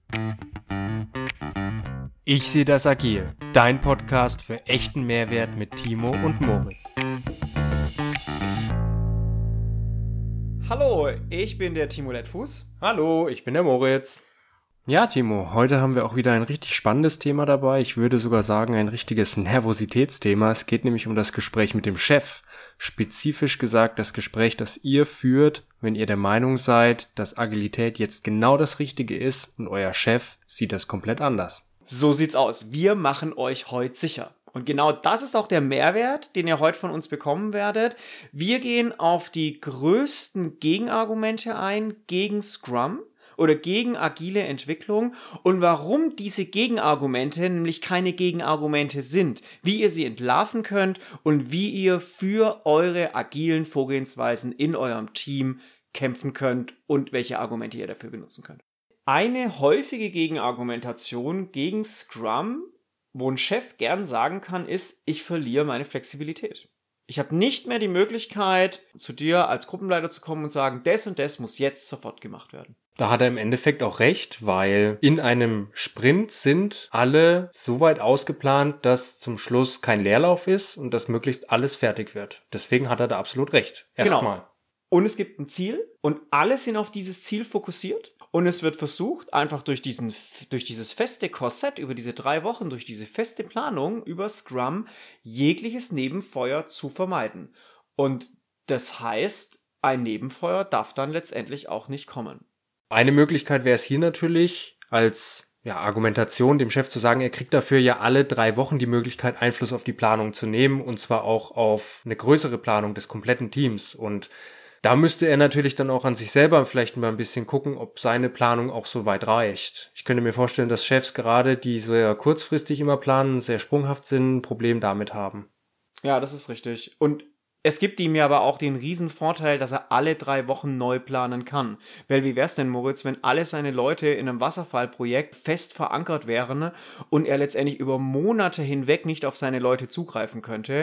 Ich sehe das agil. Dein Podcast für echten Mehrwert mit Timo und Moritz. Hallo, ich bin der Timo Lettfuß. Hallo, ich bin der Moritz. Ja, Timo, heute haben wir auch wieder ein richtig spannendes Thema dabei. Ich würde sogar sagen, ein richtiges Nervositätsthema. Es geht nämlich um das Gespräch mit dem Chef. Spezifisch gesagt, das Gespräch, das ihr führt, wenn ihr der Meinung seid, dass Agilität jetzt genau das Richtige ist und euer Chef sieht das komplett anders. So sieht's aus. Wir machen euch heute sicher. Und genau das ist auch der Mehrwert, den ihr heute von uns bekommen werdet. Wir gehen auf die größten Gegenargumente ein gegen Scrum oder gegen agile Entwicklung und warum diese Gegenargumente nämlich keine Gegenargumente sind, wie ihr sie entlarven könnt und wie ihr für eure agilen Vorgehensweisen in eurem Team kämpfen könnt und welche Argumente ihr dafür benutzen könnt. Eine häufige Gegenargumentation gegen Scrum, wo ein Chef gern sagen kann, ist, ich verliere meine Flexibilität. Ich habe nicht mehr die Möglichkeit, zu dir als Gruppenleiter zu kommen und sagen, das und das muss jetzt sofort gemacht werden. Da hat er im Endeffekt auch recht, weil in einem Sprint sind alle so weit ausgeplant, dass zum Schluss kein Leerlauf ist und dass möglichst alles fertig wird. Deswegen hat er da absolut recht. Erstmal. Genau. Und es gibt ein Ziel und alle sind auf dieses Ziel fokussiert. Und es wird versucht, einfach durch dieses feste Korsett, über diese 3 Wochen, durch diese feste Planung über Scrum, jegliches Nebenfeuer zu vermeiden. Und das heißt, ein Nebenfeuer darf dann letztendlich auch nicht kommen. Eine Möglichkeit wäre es hier natürlich, als Argumentation dem Chef zu sagen, er kriegt dafür ja alle 3 Wochen die Möglichkeit, Einfluss auf die Planung zu nehmen, und zwar auch auf eine größere Planung des kompletten Teams. Und da müsste er natürlich dann auch an sich selber vielleicht mal ein bisschen gucken, ob seine Planung auch so weit reicht. Ich könnte mir vorstellen, dass Chefs gerade, die sehr kurzfristig immer planen, sehr sprunghaft sind, ein Problem damit haben. Ja, das ist richtig. Und es gibt ihm ja aber auch den riesen Vorteil, dass er alle 3 Wochen neu planen kann. Weil wie wär's denn, Moritz, wenn alle seine Leute in einem Wasserfallprojekt fest verankert wären und er letztendlich über Monate hinweg nicht auf seine Leute zugreifen könnte?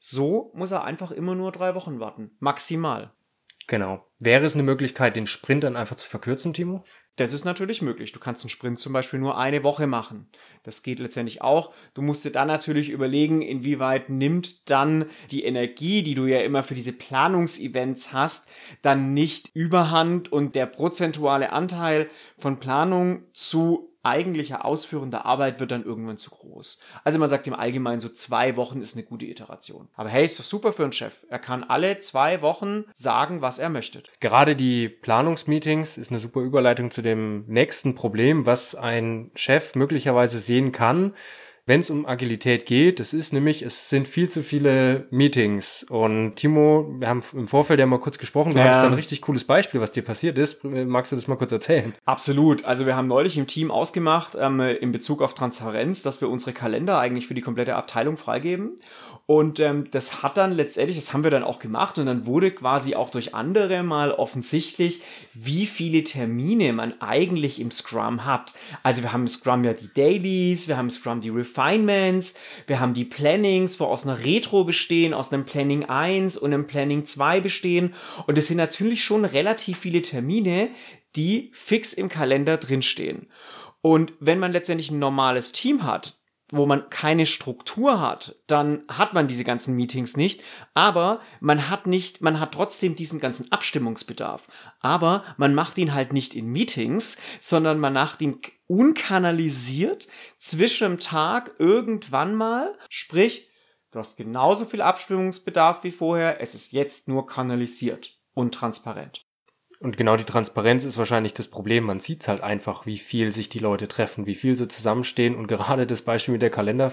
So muss er einfach immer nur 3 Wochen warten. Maximal. Genau. Wäre es eine Möglichkeit, den Sprint dann einfach zu verkürzen, Timo? Das ist natürlich möglich. Du kannst einen Sprint zum Beispiel nur 1 Woche machen. Das geht letztendlich auch. Du musst dir dann natürlich überlegen, inwieweit nimmt dann die Energie, die du ja immer für diese Planungsevents hast, dann nicht überhand und der prozentuale Anteil von Planung zu eigentlicher ausführender Arbeit wird dann irgendwann zu groß. Also man sagt im Allgemeinen, so 2 Wochen ist eine gute Iteration. Aber hey, ist doch super für einen Chef. Er kann alle 2 Wochen sagen, was er möchte. Gerade die Planungsmeetings ist eine super Überleitung zu dem nächsten Problem, was ein Chef möglicherweise sehen kann, wenn es um Agilität geht. Es sind viel zu viele Meetings. Und Timo, wir haben im Vorfeld ja mal kurz gesprochen, du hattest ein richtig cooles Beispiel, was dir passiert ist. Magst du das mal kurz erzählen? Absolut. Also wir haben neulich im Team ausgemacht, in Bezug auf Transparenz, dass wir unsere Kalender eigentlich für die komplette Abteilung freigeben. Und das haben wir dann auch gemacht und dann wurde quasi auch durch andere mal offensichtlich, wie viele Termine man eigentlich im Scrum hat. Also wir haben im Scrum ja die Dailies, wir haben im Scrum die Refinements, wir haben die Plannings, wo aus einer Retro bestehen, aus einem Planning 1 und einem Planning 2 bestehen. Und es sind natürlich schon relativ viele Termine, die fix im Kalender drinstehen. Und wenn man letztendlich ein normales Team hat, wo man keine Struktur hat, dann hat man diese ganzen Meetings nicht, aber man hat trotzdem diesen ganzen Abstimmungsbedarf. Aber man macht ihn halt nicht in Meetings, sondern man macht ihn unkanalisiert zwischen dem Tag irgendwann mal, sprich, du hast genauso viel Abstimmungsbedarf wie vorher, es ist jetzt nur kanalisiert und transparent. Und genau die Transparenz ist wahrscheinlich das Problem. Man sieht halt wie viel sich die Leute treffen, wie viel sie zusammenstehen. Und gerade das Beispiel mit der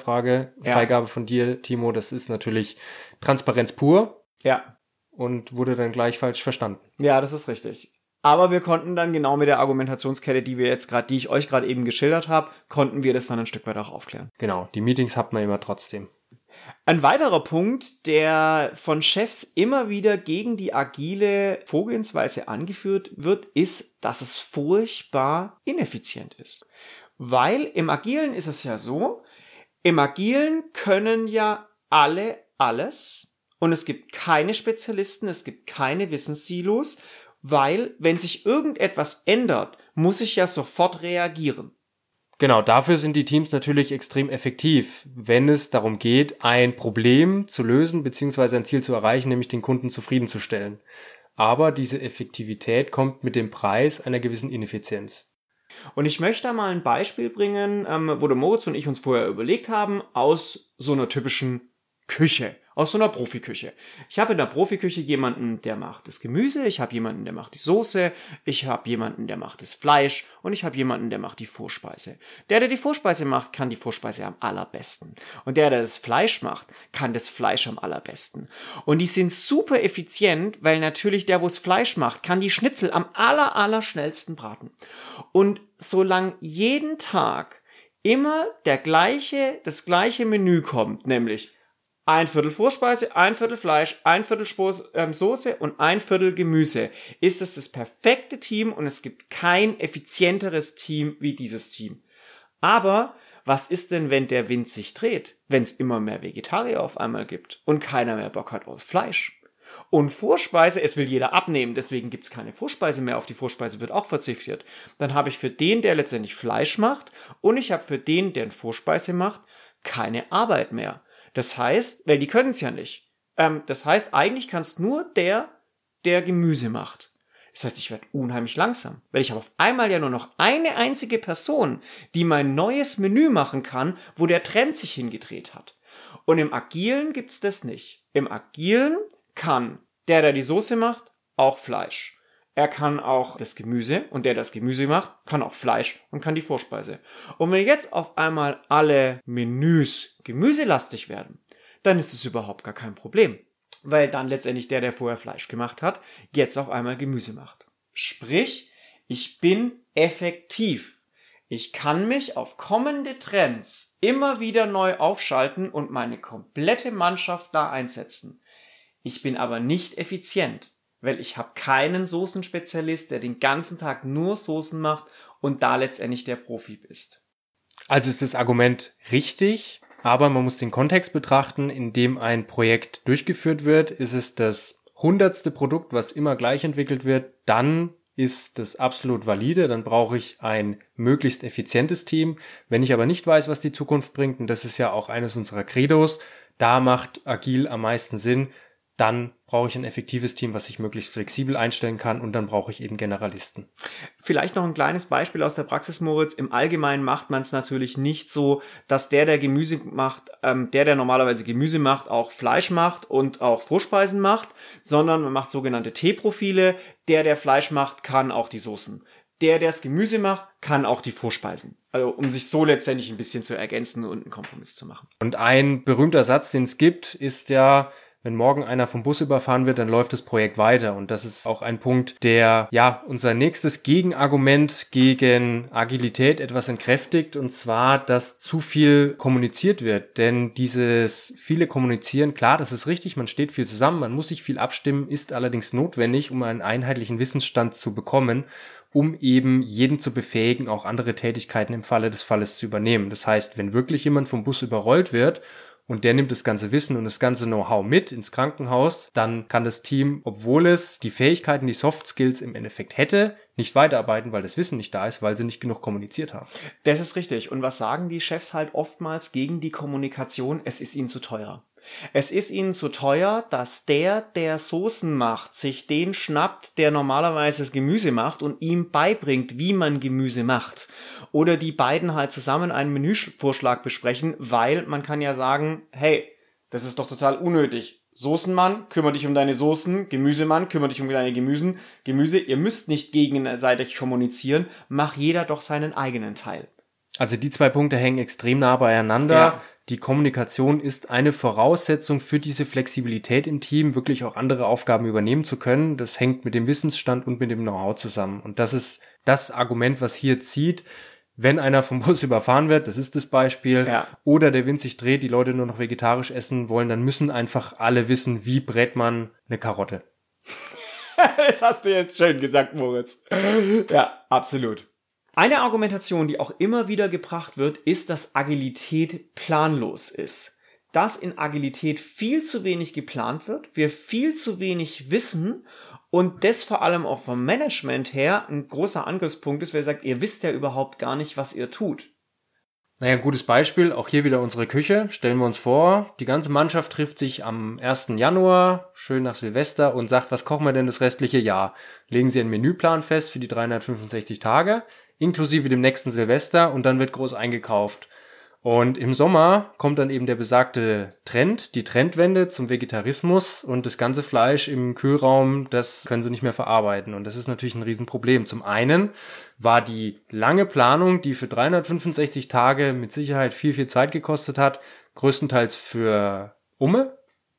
Freigabe von dir, Timo, das ist natürlich Transparenz pur. Ja. Und wurde dann gleich falsch verstanden. Ja, das ist richtig. Aber wir konnten dann genau mit der Argumentationskette, die ich euch gerade eben geschildert habe, konnten wir das dann ein Stück weit auch aufklären. Genau, die Meetings hat man immer trotzdem. Ein weiterer Punkt, der von Chefs immer wieder gegen die agile Vorgehensweise angeführt wird, ist, dass es furchtbar ineffizient ist. Weil im Agilen ist es ja so, im Agilen können ja alle alles und es gibt keine Spezialisten, es gibt keine Wissenssilos, weil wenn sich irgendetwas ändert, muss ich ja sofort reagieren. Genau, dafür sind die Teams natürlich extrem effektiv, wenn es darum geht, ein Problem zu lösen bzw. ein Ziel zu erreichen, nämlich den Kunden zufriedenzustellen. Aber diese Effektivität kommt mit dem Preis einer gewissen Ineffizienz. Und ich möchte da mal ein Beispiel bringen, wo der Moritz und ich uns vorher überlegt haben, aus so einer typischen Küche, aus so einer Profiküche. Ich habe in der Profiküche jemanden, der macht das Gemüse, ich habe jemanden, der macht die Soße, ich habe jemanden, der macht das Fleisch und ich habe jemanden, der macht die Vorspeise. Der die Vorspeise macht, kann die Vorspeise am allerbesten. Und der das Fleisch macht, kann das Fleisch am allerbesten. Und die sind super effizient, weil natürlich der, wo das Fleisch macht, kann die Schnitzel am allerschnellsten braten. Und solange jeden Tag immer das gleiche Menü kommt, nämlich 1/4 Vorspeise, 1/4 Fleisch, 1/4 Soße und 1/4 Gemüse, ist es das perfekte Team und es gibt kein effizienteres Team wie dieses Team. Aber was ist denn, wenn der Wind sich dreht? Wenn es immer mehr Vegetarier auf einmal gibt und keiner mehr Bock hat auf Fleisch? Und Vorspeise, es will jeder abnehmen, deswegen gibt's keine Vorspeise mehr, auf die Vorspeise wird auch verzichtet. Dann habe ich für den, der letztendlich Fleisch macht, und ich habe für den, der eine Vorspeise macht, keine Arbeit mehr. Das heißt, weil die können es ja nicht. Das heißt, eigentlich kannst nur der Gemüse macht. Das heißt, ich werde unheimlich langsam, weil ich habe auf einmal ja nur noch eine einzige Person, die mein neues Menü machen kann, wo der Trend sich hingedreht hat. Und im Agilen gibt's das nicht. Im Agilen kann der die Soße macht, auch Fleisch. Er kann auch das Gemüse und der das Gemüse macht, kann auch Fleisch und kann die Vorspeise. Und wenn jetzt auf einmal alle Menüs gemüselastig werden, dann ist es überhaupt gar kein Problem. Weil dann letztendlich der vorher Fleisch gemacht hat, jetzt auf einmal Gemüse macht. Sprich, ich bin effektiv. Ich kann mich auf kommende Trends immer wieder neu aufschalten und meine komplette Mannschaft da einsetzen. Ich bin aber nicht effizient, weil ich habe keinen Soßenspezialist, der den ganzen Tag nur Soßen macht und da letztendlich der Profi ist. Also ist das Argument richtig, aber man muss den Kontext betrachten, in dem ein Projekt durchgeführt wird. Ist es das 100. Produkt, was immer gleich entwickelt wird, dann ist das absolut valide, dann brauche ich ein möglichst effizientes Team. Wenn ich aber nicht weiß, was die Zukunft bringt, und das ist ja auch eines unserer Credos, da macht agil am meisten Sinn, dann brauche ich ein effektives Team, was sich möglichst flexibel einstellen kann, und dann brauche ich eben Generalisten. Vielleicht noch ein kleines Beispiel aus der Praxis, Moritz. Im Allgemeinen macht man es natürlich nicht so, dass der Gemüse macht, der normalerweise Gemüse macht, auch Fleisch macht und auch Vorspeisen macht, sondern man macht sogenannte T-Profile. Der Fleisch macht, kann auch die Soßen. Der das Gemüse macht, kann auch die Vorspeisen. Also um sich so letztendlich ein bisschen zu ergänzen und einen Kompromiss zu machen. Und ein berühmter Satz, den es gibt, ist ja: Wenn morgen einer vom Bus überfahren wird, dann läuft das Projekt weiter. Und das ist auch ein Punkt, der unser nächstes Gegenargument gegen Agilität etwas entkräftigt. Und zwar, dass zu viel kommuniziert wird. Denn dieses viele Kommunizieren, klar, das ist richtig, man steht viel zusammen, man muss sich viel abstimmen, ist allerdings notwendig, um einen einheitlichen Wissensstand zu bekommen, um eben jeden zu befähigen, auch andere Tätigkeiten im Falle des Falles zu übernehmen. Das heißt, wenn wirklich jemand vom Bus überrollt wird und der nimmt das ganze Wissen und das ganze Know-how mit ins Krankenhaus, dann kann das Team, obwohl es die Fähigkeiten, die Soft Skills im Endeffekt hätte, nicht weiterarbeiten, weil das Wissen nicht da ist, weil sie nicht genug kommuniziert haben. Das ist richtig. Und was sagen die Chefs halt oftmals gegen die Kommunikation? Es ist ihnen zu teuer. Es ist ihnen zu teuer, dass der Soßen macht, sich den schnappt, der normalerweise das Gemüse macht und ihm beibringt, wie man Gemüse macht. Oder die beiden halt zusammen einen Menüvorschlag besprechen, weil man kann ja sagen, hey, das ist doch total unnötig. Soßenmann, kümmere dich um deine Soßen, Gemüsemann, kümmere dich um deine Gemüse. Ihr müsst nicht gegenseitig kommunizieren, mach jeder doch seinen eigenen Teil. Also die zwei Punkte hängen extrem nah beieinander. Ja. Die Kommunikation ist eine Voraussetzung für diese Flexibilität im Team, wirklich auch andere Aufgaben übernehmen zu können. Das hängt mit dem Wissensstand und mit dem Know-how zusammen. Und das ist das Argument, was hier zieht. Wenn einer vom Bus überfahren wird, das ist das Beispiel, oder der Wind sich dreht, die Leute nur noch vegetarisch essen wollen, dann müssen einfach alle wissen, wie brät man eine Karotte. Das hast du jetzt schön gesagt, Moritz. Ja, absolut. Eine Argumentation, die auch immer wieder gebracht wird, ist, dass Agilität planlos ist. Dass in Agilität viel zu wenig geplant wird, wir viel zu wenig wissen Und das vor allem auch vom Management her ein großer Angriffspunkt ist, weil ihr sagt, ihr wisst ja überhaupt gar nicht, was ihr tut. Naja, ein gutes Beispiel, auch hier wieder unsere Küche. Stellen wir uns vor, die ganze Mannschaft trifft sich am 1. Januar, schön nach Silvester und sagt, was kochen wir denn das restliche Jahr? Legen Sie einen Menüplan fest für die 365 Tage, inklusive dem nächsten Silvester und dann wird groß eingekauft. Und im Sommer kommt dann eben der besagte Trend, die Trendwende zum Vegetarismus und das ganze Fleisch im Kühlraum, das können sie nicht mehr verarbeiten. Und das ist natürlich ein Riesenproblem. Zum einen war die lange Planung, die für 365 Tage mit Sicherheit viel, viel Zeit gekostet hat, größtenteils für Umme.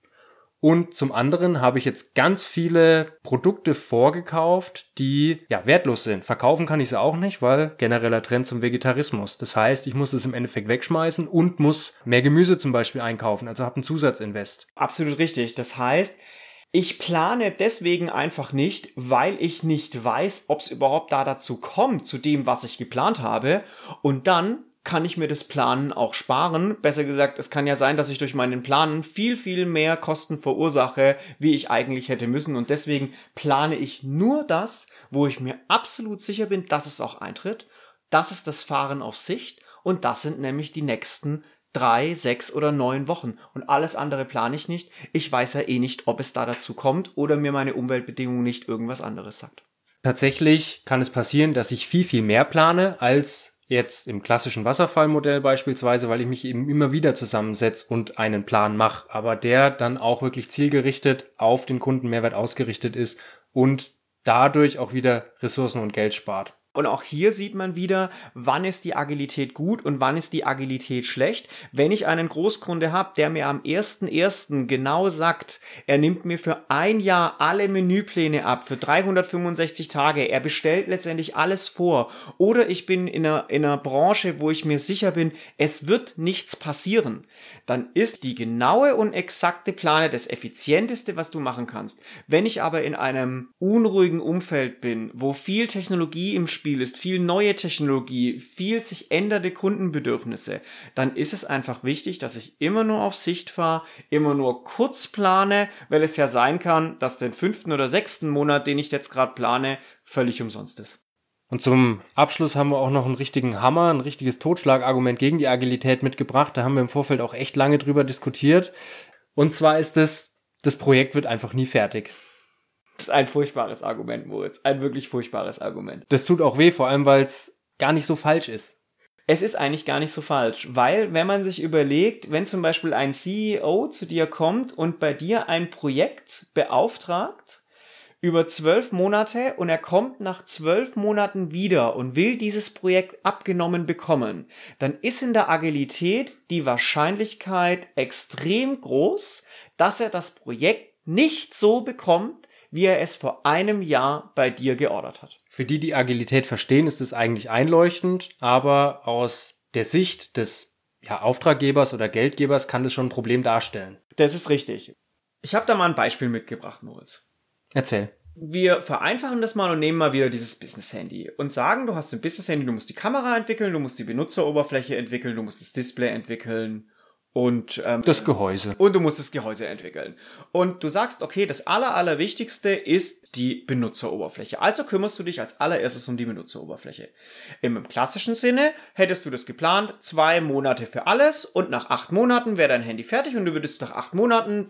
Und zum anderen habe ich jetzt ganz viele Produkte vorgekauft, die ja wertlos sind. Verkaufen kann ich sie auch nicht, weil genereller Trend zum Vegetarismus. Das heißt, ich muss es im Endeffekt wegschmeißen und muss mehr Gemüse zum Beispiel einkaufen. Also habe einen Zusatzinvest. Absolut richtig. Das heißt, ich plane deswegen einfach nicht, weil ich nicht weiß, ob es überhaupt dazu kommt, zu dem, was ich geplant habe. Und dann kann ich mir das Planen auch sparen. Besser gesagt, es kann ja sein, dass ich durch meinen Planen viel, viel mehr Kosten verursache, wie ich eigentlich hätte müssen. Und deswegen plane ich nur das, wo ich mir absolut sicher bin, dass es auch eintritt. Das ist das Fahren auf Sicht. Und das sind nämlich die nächsten 3, 6 oder 9 Wochen. Und alles andere plane ich nicht. Ich weiß ja eh nicht, ob es dazu kommt oder mir meine Umweltbedingungen nicht irgendwas anderes sagt. Tatsächlich kann es passieren, dass ich viel, viel mehr plane als jetzt im klassischen Wasserfallmodell beispielsweise, weil ich mich eben immer wieder zusammensetze und einen Plan mache, aber der dann auch wirklich zielgerichtet auf den Kundenmehrwert ausgerichtet ist und dadurch auch wieder Ressourcen und Geld spart. Und auch hier sieht man wieder, wann ist die Agilität gut und wann ist die Agilität schlecht. Wenn ich einen Großkunde habe, der mir am 1.1. genau sagt, er nimmt mir für ein Jahr alle Menüpläne ab, für 365 Tage, er bestellt letztendlich alles vor. Oder ich bin in einer Branche, wo ich mir sicher bin, es wird nichts passieren. Dann ist die genaue und exakte Plane das Effizienteste, was du machen kannst. Wenn ich aber in einem unruhigen Umfeld bin, wo viel Technologie im Spiel ist, viel neue Technologie, viel sich ändernde Kundenbedürfnisse, dann ist es einfach wichtig, dass ich immer nur auf Sicht fahre, immer nur kurz plane, weil es ja sein kann, dass den 5. oder 6. Monat, den ich jetzt gerade plane, völlig umsonst ist. Und zum Abschluss haben wir auch noch einen richtigen Hammer, ein richtiges Totschlagargument gegen die Agilität mitgebracht. Da haben wir im Vorfeld auch echt lange drüber diskutiert. Und zwar ist das Projekt wird einfach nie fertig. Das ist ein furchtbares Argument, Moritz. Ein wirklich furchtbares Argument. Das tut auch weh, vor allem, weil es gar nicht so falsch ist. Es ist eigentlich gar nicht so falsch, weil wenn man sich überlegt, wenn zum Beispiel ein CEO zu dir kommt und bei dir ein Projekt beauftragt über 12 Monate und er kommt nach 12 Monaten wieder und will dieses Projekt abgenommen bekommen, dann ist in der Agilität die Wahrscheinlichkeit extrem groß, dass er das Projekt nicht so bekommt, wie er es vor einem Jahr bei dir geordert hat. Für die Agilität verstehen, ist es eigentlich einleuchtend, aber aus der Sicht des Auftraggebers oder Geldgebers kann das schon ein Problem darstellen. Das ist richtig. Ich habe da mal ein Beispiel mitgebracht, Moritz. Erzähl. Wir vereinfachen das mal und nehmen mal wieder dieses Business-Handy und sagen, du hast ein Business-Handy, du musst die Kamera entwickeln, du musst die Benutzeroberfläche entwickeln, du musst das Display entwickeln und das Gehäuse. Und du musst das Gehäuse entwickeln. Und du sagst, okay, das Allerwichtigste ist die Benutzeroberfläche. Also kümmerst du dich als allererstes um die Benutzeroberfläche. Im klassischen Sinne hättest du das geplant, 2 Monate für alles und nach 8 Monaten wäre dein Handy fertig und du würdest nach 8 Monaten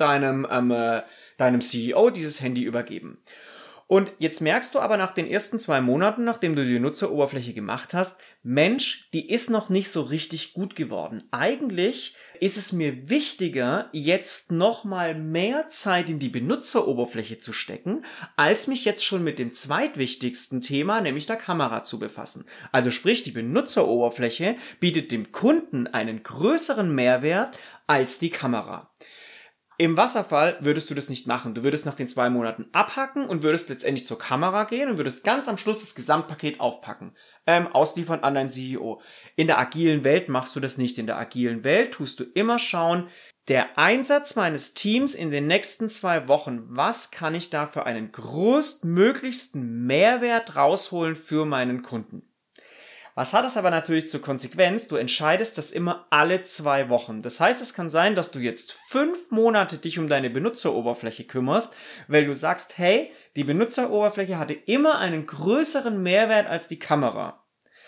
deinem CEO dieses Handy übergeben. Und jetzt merkst du aber nach den ersten 2 Monaten, nachdem du die Nutzeroberfläche gemacht hast, Mensch, die ist noch nicht so richtig gut geworden. Eigentlich ist es mir wichtiger, jetzt nochmal mehr Zeit in die Benutzeroberfläche zu stecken, als mich jetzt schon mit dem zweitwichtigsten Thema, nämlich der Kamera, zu befassen. Also sprich, die Benutzeroberfläche bietet dem Kunden einen größeren Mehrwert als die Kamera. Im Wasserfall würdest du das nicht machen. Du würdest nach den 2 Monaten abhacken und würdest letztendlich zur Kamera gehen und würdest ganz am Schluss das Gesamtpaket aufpacken. Ausliefern an deinen CEO. In der agilen Welt machst du das nicht. In der agilen Welt tust du immer schauen, der Einsatz meines Teams in den nächsten 2 Wochen, was kann ich da für einen größtmöglichsten Mehrwert rausholen für meinen Kunden? Was hat das aber natürlich zur Konsequenz? Du entscheidest das immer alle 2 Wochen. Das heißt, es kann sein, dass du jetzt 5 Monate dich um deine Benutzeroberfläche kümmerst, weil du sagst, hey, die Benutzeroberfläche hatte immer einen größeren Mehrwert als die Kamera.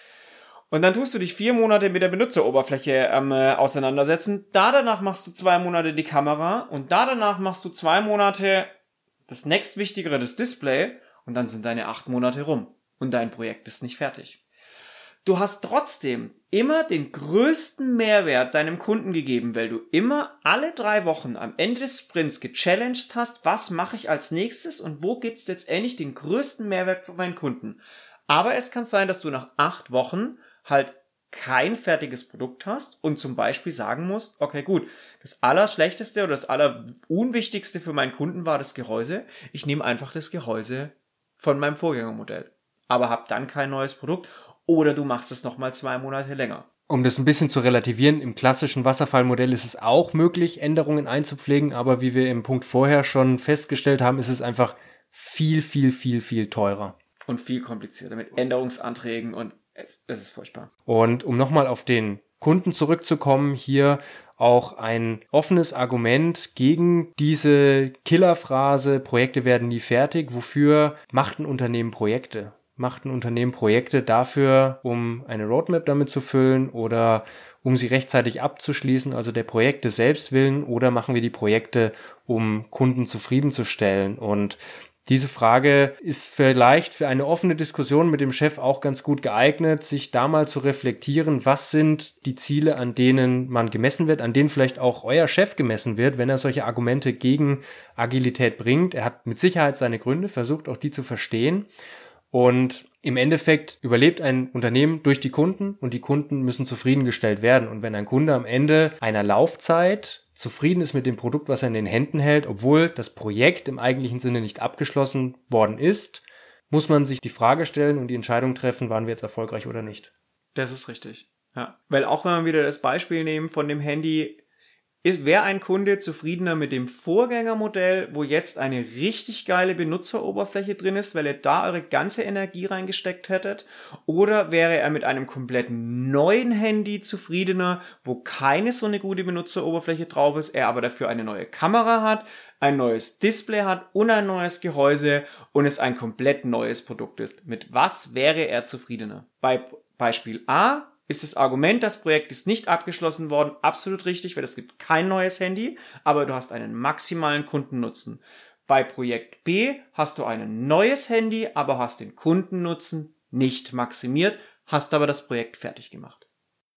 Und dann tust du dich 4 Monate mit der Benutzeroberfläche auseinandersetzen. Danach machst du 2 Monate die Kamera und danach machst du 2 Monate das nächstwichtigere, das Display, und dann sind deine 8 Monate rum und dein Projekt ist nicht fertig. Du hast trotzdem immer den größten Mehrwert deinem Kunden gegeben, weil du immer alle 3 Wochen am Ende des Sprints gechallenged hast, was mache ich als nächstes und wo gibt es letztendlich den größten Mehrwert für meinen Kunden. Aber es kann sein, dass du nach 8 Wochen halt kein fertiges Produkt hast und zum Beispiel sagen musst, okay gut, das Allerschlechteste oder das Allerunwichtigste für meinen Kunden war das Gehäuse. Ich nehme einfach das Gehäuse von meinem Vorgängermodell, aber habe dann kein neues Produkt. Oder du machst es nochmal 2 Monate länger. Um das ein bisschen zu relativieren, im klassischen Wasserfallmodell ist es auch möglich, Änderungen einzupflegen, aber wie wir im Punkt vorher schon festgestellt haben, ist es einfach viel, viel, viel, viel teurer. Und viel komplizierter mit Änderungsanträgen und es ist furchtbar. Und um nochmal auf den Kunden zurückzukommen, hier auch ein offenes Argument gegen diese Killerphrase, Projekte werden nie fertig. Wofür macht ein Unternehmen Projekte? Macht ein Unternehmen Projekte dafür, um eine Roadmap damit zu füllen oder um sie rechtzeitig abzuschließen, also der Projekte selbst willen, oder machen wir die Projekte, um Kunden zufriedenzustellen? Und diese Frage ist vielleicht für eine offene Diskussion mit dem Chef auch ganz gut geeignet, sich da mal zu reflektieren, was sind die Ziele, an denen man gemessen wird, an denen vielleicht auch euer Chef gemessen wird, wenn er solche Argumente gegen Agilität bringt. Er hat mit Sicherheit seine Gründe, versucht auch die zu verstehen. Und im Endeffekt überlebt ein Unternehmen durch die Kunden und die Kunden müssen zufriedengestellt werden. Und wenn ein Kunde am Ende einer Laufzeit zufrieden ist mit dem Produkt, was er in den Händen hält, obwohl das Projekt im eigentlichen Sinne nicht abgeschlossen worden ist, muss man sich die Frage stellen und die Entscheidung treffen, waren wir jetzt erfolgreich oder nicht. Das ist richtig. Ja. Weil auch wenn wir wieder das Beispiel nehmen von dem Handy, wäre ein Kunde zufriedener mit dem Vorgängermodell, wo jetzt eine richtig geile Benutzeroberfläche drin ist, weil ihr da eure ganze Energie reingesteckt hättet? Oder wäre er mit einem komplett neuen Handy zufriedener, wo keine so eine gute Benutzeroberfläche drauf ist, er aber dafür eine neue Kamera hat, ein neues Display hat und ein neues Gehäuse und es ein komplett neues Produkt ist? Mit was wäre er zufriedener? Bei Beispiel A ist das Argument, das Projekt ist nicht abgeschlossen worden, absolut richtig, weil es gibt kein neues Handy, aber du hast einen maximalen Kundennutzen. Bei Projekt B hast du ein neues Handy, aber hast den Kundennutzen nicht maximiert, hast aber das Projekt fertig gemacht.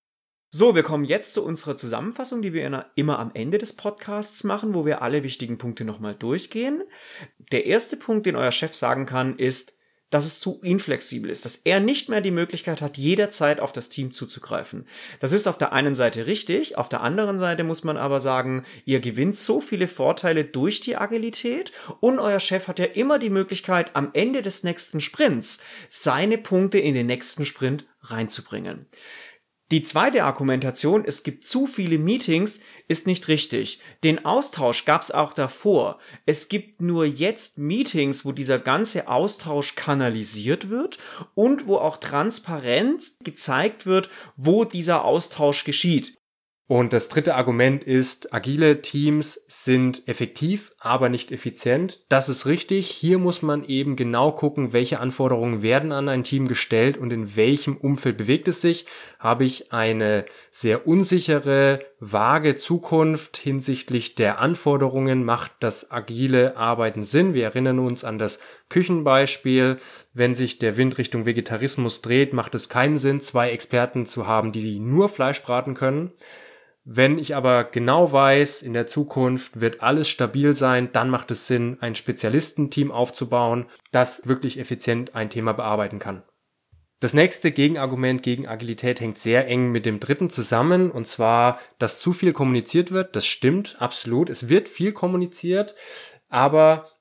So, wir kommen jetzt zu unserer Zusammenfassung, die wir immer am Ende des Podcasts machen, wo wir alle wichtigen Punkte nochmal durchgehen. Der erste Punkt, den euer Chef sagen kann, ist, dass es zu inflexibel ist, dass er nicht mehr die Möglichkeit hat, jederzeit auf das Team zuzugreifen. Das ist auf der einen Seite richtig, auf der anderen Seite muss man aber sagen, ihr gewinnt so viele Vorteile durch die Agilität und euer Chef hat ja immer die Möglichkeit, am Ende des nächsten Sprints seine Punkte in den nächsten Sprint reinzubringen. Die zweite Argumentation, es gibt zu viele Meetings, ist nicht richtig. Den Austausch gab es auch davor. Es gibt nur jetzt Meetings, wo dieser ganze Austausch kanalisiert wird und wo auch transparent gezeigt wird, wo dieser Austausch geschieht. Und das dritte Argument ist, agile Teams sind effektiv, aber nicht effizient. Das ist richtig. Hier muss man eben genau gucken, welche Anforderungen werden an ein Team gestellt und in welchem Umfeld bewegt es sich. Habe ich eine sehr unsichere, vage Zukunft hinsichtlich der Anforderungen, macht das agile Arbeiten Sinn. Wir erinnern uns an das Küchenbeispiel. Wenn sich der Wind Richtung Vegetarismus dreht, macht es keinen Sinn, 2 Experten zu haben, die nur Fleisch braten können. Wenn ich aber genau weiß, in der Zukunft wird alles stabil sein, dann macht es Sinn, ein Spezialistenteam aufzubauen, das wirklich effizient ein Thema bearbeiten kann. Das nächste Gegenargument gegen Agilität hängt sehr eng mit dem dritten zusammen, und zwar, dass zu viel kommuniziert wird. Das stimmt, absolut. Es wird viel kommuniziert, aber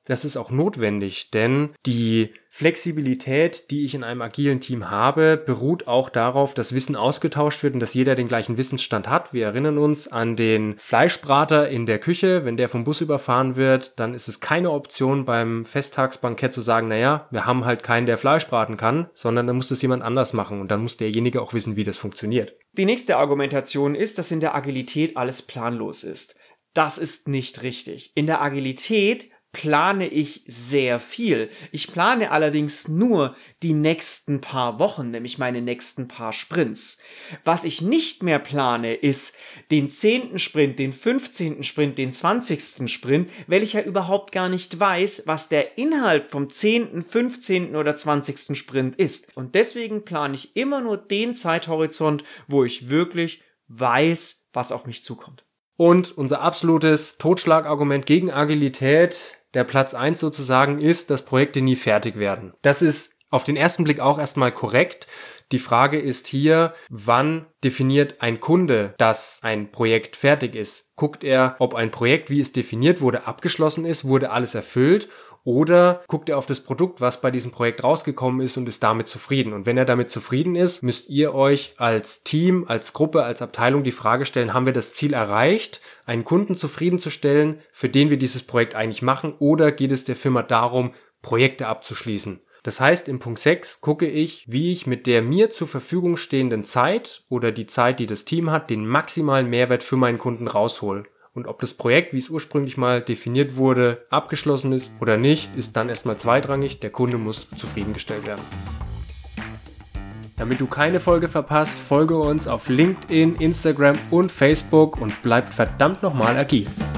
das ist auch notwendig, denn die Flexibilität, die ich in einem agilen Team habe, beruht auch darauf, dass Wissen ausgetauscht wird und dass jeder den gleichen Wissensstand hat. Wir erinnern uns an den Fleischbrater in der Küche. Wenn der vom Bus überfahren wird, dann ist es keine Option beim Festtagsbankett zu sagen, naja, wir haben halt keinen, der Fleisch braten kann, sondern dann muss das jemand anders machen und dann muss derjenige auch wissen, wie das funktioniert. Die nächste Argumentation ist, dass in der Agilität alles planlos ist. Das ist nicht richtig. In der Agilität plane ich sehr viel. Ich plane allerdings nur die nächsten paar Wochen, nämlich meine nächsten paar Sprints. Was ich nicht mehr plane, ist den 10. Sprint, den 15. Sprint, den 20. Sprint, weil ich ja überhaupt gar nicht weiß, was der Inhalt vom 10., 15. oder 20. Sprint ist. Und deswegen plane ich immer nur den Zeithorizont, wo ich wirklich weiß, was auf mich zukommt. Und unser absolutes Totschlagargument gegen Agilität, der Platz 1 sozusagen, ist, dass Projekte nie fertig werden. Das ist auf den ersten Blick auch erstmal korrekt. Die Frage ist hier, wann definiert ein Kunde, dass ein Projekt fertig ist? Guckt er, ob ein Projekt, wie es definiert wurde, abgeschlossen ist, wurde alles erfüllt? Oder guckt er auf das Produkt, was bei diesem Projekt rausgekommen ist und ist damit zufrieden? Und wenn er damit zufrieden ist, müsst ihr euch als Team, als Gruppe, als Abteilung die Frage stellen, haben wir das Ziel erreicht, einen Kunden zufriedenzustellen, für den wir dieses Projekt eigentlich machen? Oder geht es der Firma darum, Projekte abzuschließen? Das heißt, im Punkt 6 gucke ich, wie ich mit der mir zur Verfügung stehenden Zeit oder die Zeit, die das Team hat, den maximalen Mehrwert für meinen Kunden raushole. Und ob das Projekt, wie es ursprünglich mal definiert wurde, abgeschlossen ist oder nicht, ist dann erstmal zweitrangig. Der Kunde muss zufriedengestellt werden. Damit du keine Folge verpasst, folge uns auf LinkedIn, Instagram und Facebook und bleib verdammt nochmal agil.